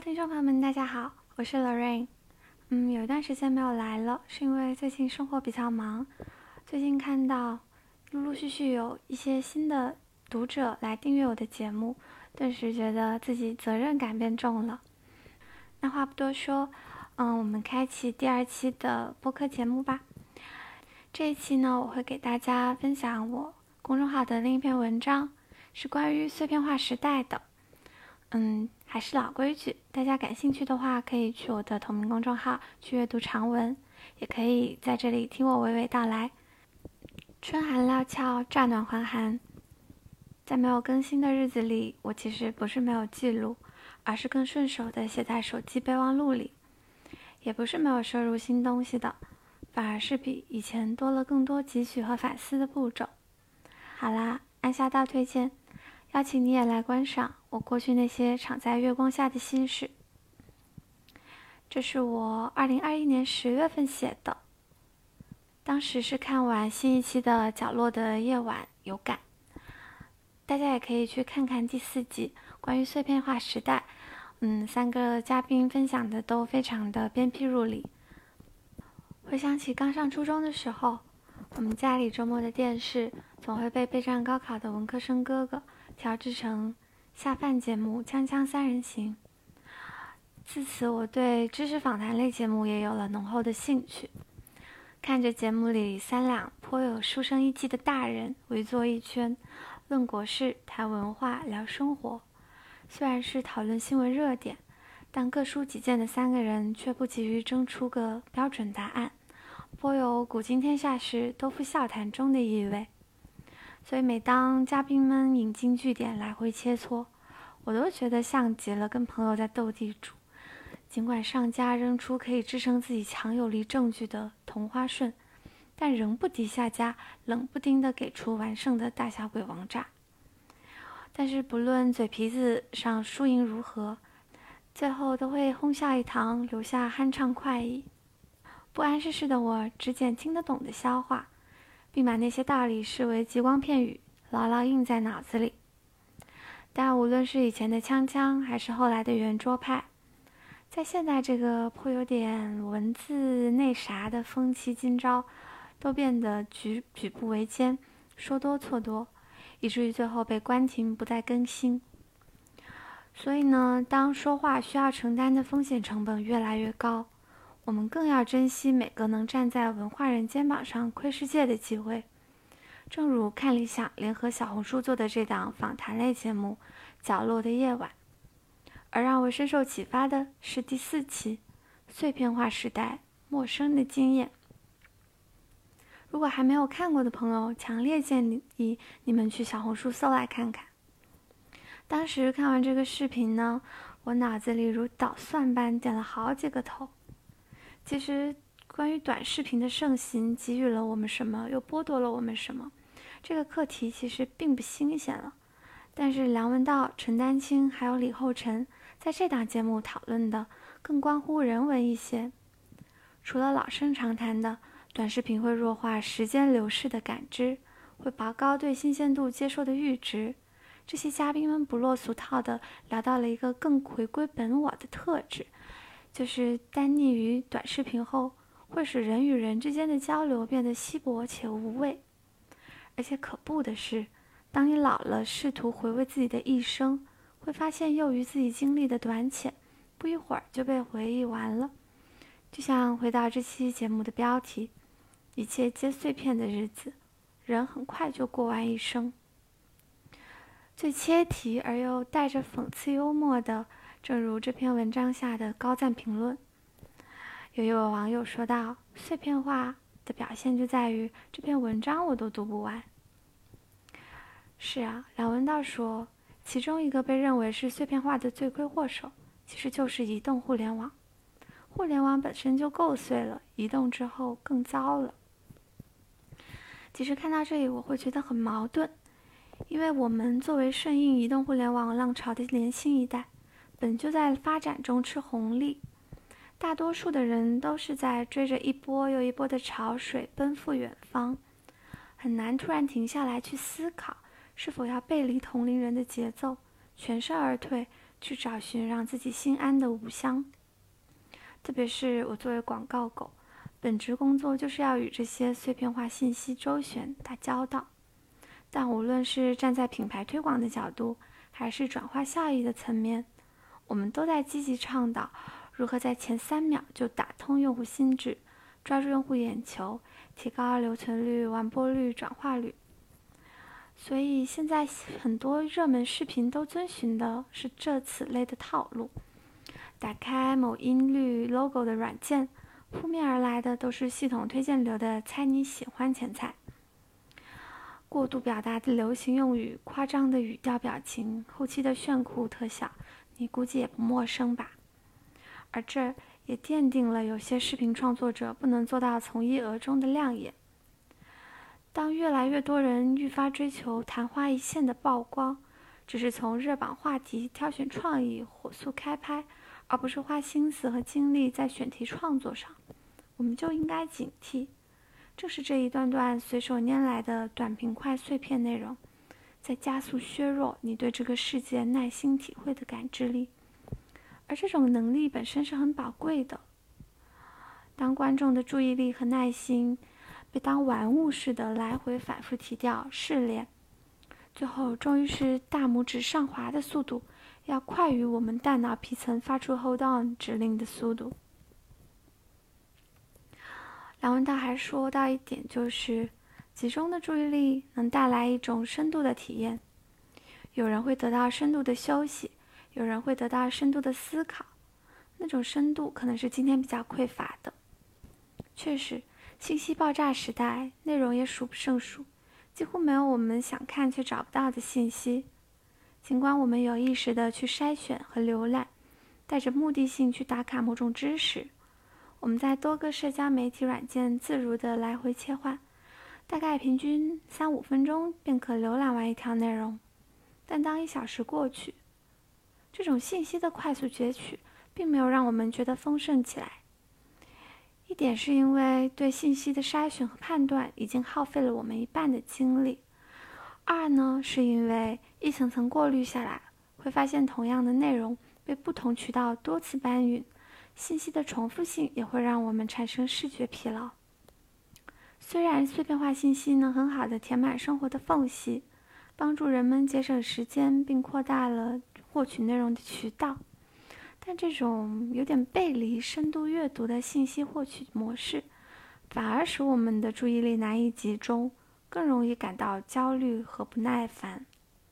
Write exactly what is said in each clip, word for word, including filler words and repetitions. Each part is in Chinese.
听众朋友们，大家好，我是 Lorraine。嗯，有一段时间没有来了，是因为最近生活比较忙。最近看到陆陆续续有一些新的读者来订阅我的节目，顿时觉得自己责任感变重了。那话不多说，嗯，我们开启第二期的播客节目吧。这一期呢，我会给大家分享我公众号的另一篇文章，是关于碎片化时代的。嗯，还是老规矩，大家感兴趣的话，可以去我的同名公众号去阅读长文，也可以在这里听我娓娓道来。春寒料峭，乍暖还寒。在没有更新的日子里，我其实不是没有记录，而是更顺手的写在手机备忘录里。也不是没有摄入新东西的，反而是比以前多了更多汲取和反思的步骤。好啦，按下倒推键，邀请你也来观赏我过去那些藏在月光下的心事。这是我二零二一年十月份写的，当时是看完新一期的《角落的夜晚》有感。大家也可以去看看第四集关于碎片化时代，嗯，三个嘉宾分享的都非常的鞭辟入里。回想起刚上初中的时候，我们家里周末的电视总会被备战高考的文科生哥哥调制成下饭节目《锵锵三人行》。自此，我对知识访谈类节目也有了浓厚的兴趣。看着节目里三两颇有书生意气的大人围坐一圈，论国事、谈文化、聊生活。虽然是讨论新闻热点，但各抒己见的三个人却不急于争出个标准答案，颇有古今天下事都付笑谈中的意味。所以每当嘉宾们引经据典来回切磋，我都觉得像极了跟朋友在斗地主。尽管上家扔出可以支撑自己强有力证据的同花顺，但仍不敌下家冷不丁地给出完胜的大小鬼王炸。但是不论嘴皮子上输赢如何，最后都会哄笑一堂，留下酣畅快意。不谙世事的我只捡听得懂的消化，并把那些道理视为极光片语，牢牢印在脑子里。但无论是以前的锵锵，还是后来的圆桌派，在现在这个颇有点文字内啥的风气今朝，都变得举举步维艰，说多错多，以至于最后被关停不再更新。所以呢，当说话需要承担的风险成本越来越高，我们更要珍惜每个能站在文化人肩膀上窥世界的机会。正如看理想联合小红书做的这档访谈类节目《角落的夜晚》，而让我深受启发的是第四期碎片化时代陌生的经验。如果还没有看过的朋友，强烈建议你们去小红书搜来看看。当时看完这个视频呢，我脑子里如捣蒜般点了好几个头。其实关于短视频的盛行给予了我们什么，又剥夺了我们什么，这个课题其实并不新鲜了。但是梁文道、陈丹青还有李厚辰在这档节目讨论的更关乎人文一些。除了老生常谈的短视频会弱化时间流逝的感知，会拔高对新鲜度接受的阈值，这些嘉宾们不落俗套的聊到了一个更回归本我的特质，就是单溺于短视频后会使人与人之间的交流变得稀薄且无味。而且可怖的是，当你老了试图回味自己的一生，会发现囿于自己经历的短浅，不一会儿就被回忆完了。就像回到这期节目的标题，一切皆碎片的日子，人很快就过完一生。最切题而又带着讽刺幽默的，正如这篇文章下的高赞评论。有一位网友说道，碎片化的表现就在于这篇文章我都读不完。是啊，梁文道说，其中一个被认为是碎片化的罪魁祸首，其实就是移动互联网。互联网本身就够碎了，移动之后更糟了。其实看到这里我会觉得很矛盾，因为我们作为顺应移动互联网浪潮的年轻一代，本就在发展中吃红利，大多数的人都是在追着一波又一波的潮水奔赴远方，很难突然停下来去思考是否要背离同龄人的节奏，全身而退， 去找寻让自己心安的无香。特别是我作为广告狗，本职工作就是要与这些碎片化信息周旋打交道。但无论是站在品牌推广的角度，还是转化效益的层面，我们都在积极倡导如何在前三秒就打通用户心智，抓住用户眼球，提高留存率、完播率、转化率。所以现在很多热门视频都遵循的是这此类的套路。打开某音律 logo 的软件，扑面而来的都是系统推荐流的猜你喜欢前菜。过度表达的流行用语、夸张的语调表情、后期的炫酷特效，你估计也不陌生吧？而这也奠定了有些视频创作者不能做到从一而终的亮眼。当越来越多人愈发追求昙花一现的曝光，只是从热榜话题挑选创意，火速开拍，而不是花心思和精力在选题创作上，我们就应该警惕。正是这一段段随手拈来的短平快碎片内容，在加速削弱你对这个世界耐心体会的感知力，而这种能力本身是很宝贵的。当观众的注意力和耐心被当玩物似的来回反复提调试炼，最后终于是大拇指上滑的速度要快于我们大脑皮层发出 hold on 指令的速度。梁文道还说到一点，就是集中的注意力能带来一种深度的体验，有人会得到深度的休息，有人会得到深度的思考，那种深度可能是今天比较匮乏的。确实，信息爆炸时代，内容也数不胜数，几乎没有我们想看却找不到的信息。尽管我们有意识地去筛选和浏览，带着目的性去打卡某种知识，我们在多个社交媒体软件自如地来回切换，大概平均三五分钟便可浏览完一条内容。但当一小时过去，这种信息的快速攫取并没有让我们觉得丰盛起来。一点是因为对信息的筛选和判断已经耗费了我们一半的精力，二呢是因为一层层过滤下来，会发现同样的内容被不同渠道多次搬运，信息的重复性也会让我们产生视觉疲劳。虽然碎片化信息能很好地填满生活的缝隙，帮助人们节省时间并扩大了获取内容的渠道，但这种有点背离深度阅读的信息获取模式，反而使我们的注意力难以集中，更容易感到焦虑和不耐烦。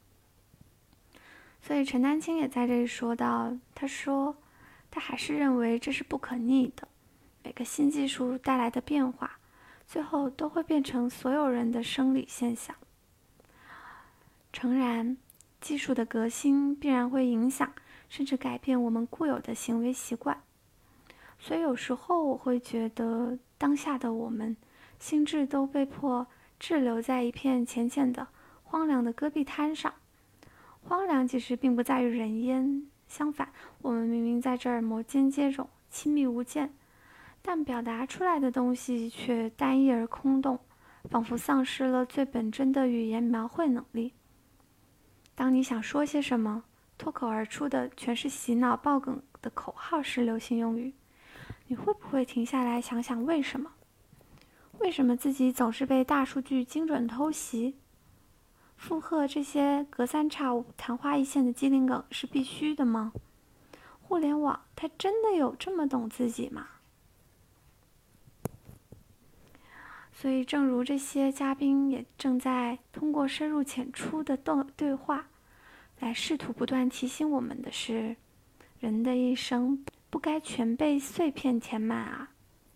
所以陈丹青也在这里说到，他说他还是认为这是不可逆的，每个新技术带来的变化最后都会变成所有人的生理现象。诚然，技术的革新必然会影响甚至改变我们固有的行为习惯，所以有时候我会觉得当下的我们心智都被迫滞留在一片浅浅的荒凉的戈壁滩上。荒凉其实并不在于人烟，相反，我们明明在这儿摩肩接踵，亲密无间，但表达出来的东西却单一而空洞，仿佛丧失了最本真的语言描绘能力。当你想说些什么，脱口而出的全是洗脑爆梗的口号式流行用语，你会不会停下来想想为什么？为什么自己总是被大数据精准偷袭？附和这些隔三差五昙花一现的机灵梗是必须的吗？互联网它真的有这么懂自己吗？所以正如这些嘉宾也正在通过深入浅出的对话来试图不断提醒我们的是，人的一生不该全被碎片填满啊。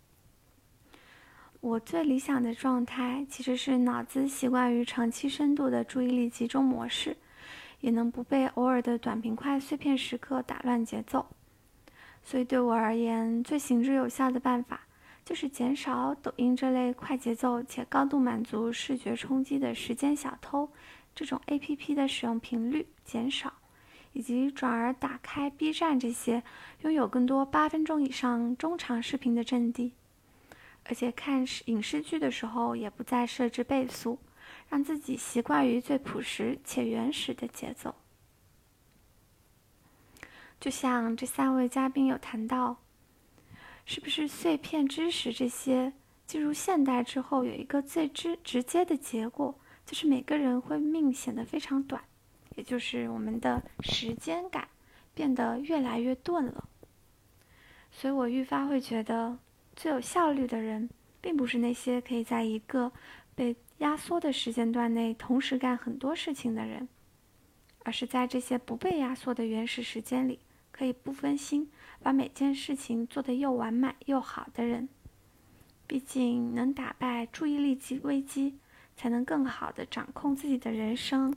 我最理想的状态其实是脑子习惯于长期深度的注意力集中模式，也能不被偶尔的短平快碎片时刻打乱节奏。所以对我而言，最行之有效的办法就是减少抖音这类快节奏且高度满足视觉冲击的时间小偷这种 A P P 的使用频率减少，以及转而打开 B 站这些拥有更多八分钟以上中长视频的阵地。而且看影视剧的时候也不再设置倍速，让自己习惯于最朴实且原始的节奏。 就像这三位嘉宾有谈到，是不是碎片知识这些进入现代之后，有一个最直直接的结果，就是每个人会命显得非常短，也就是我们的时间感变得越来越钝了。所以我愈发会觉得，最有效率的人，并不是那些可以在一个被压缩的时间段内同时干很多事情的人，而是在这些不被压缩的原始时间里，可以不分心，把每件事情做得又完满又好的人。毕竟能打败注意力及危机，才能更好地掌控自己的人生。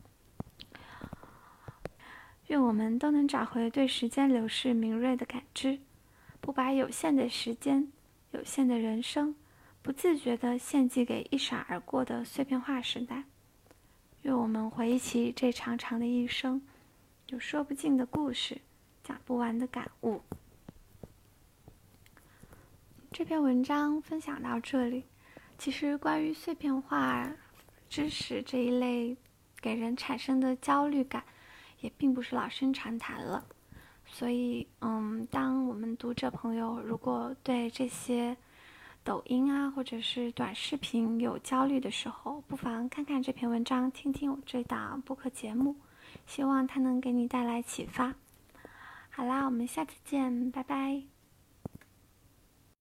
愿我们都能找回对时间流逝敏锐的感知，不把有限的时间、有限的人生，不自觉地献祭给一闪而过的碎片化时代。愿我们回忆起这长长的一生，有说不尽的故事，讲不完的感悟。这篇文章分享到这里，其实关于碎片化知识这一类给人产生的焦虑感，也并不是老生常谈了。所以，嗯，当我们读者朋友如果对这些抖音啊或者是短视频有焦虑的时候，不妨看看这篇文章，听听我这档播客节目，希望它能给你带来启发。好啦，我们下次见，拜拜。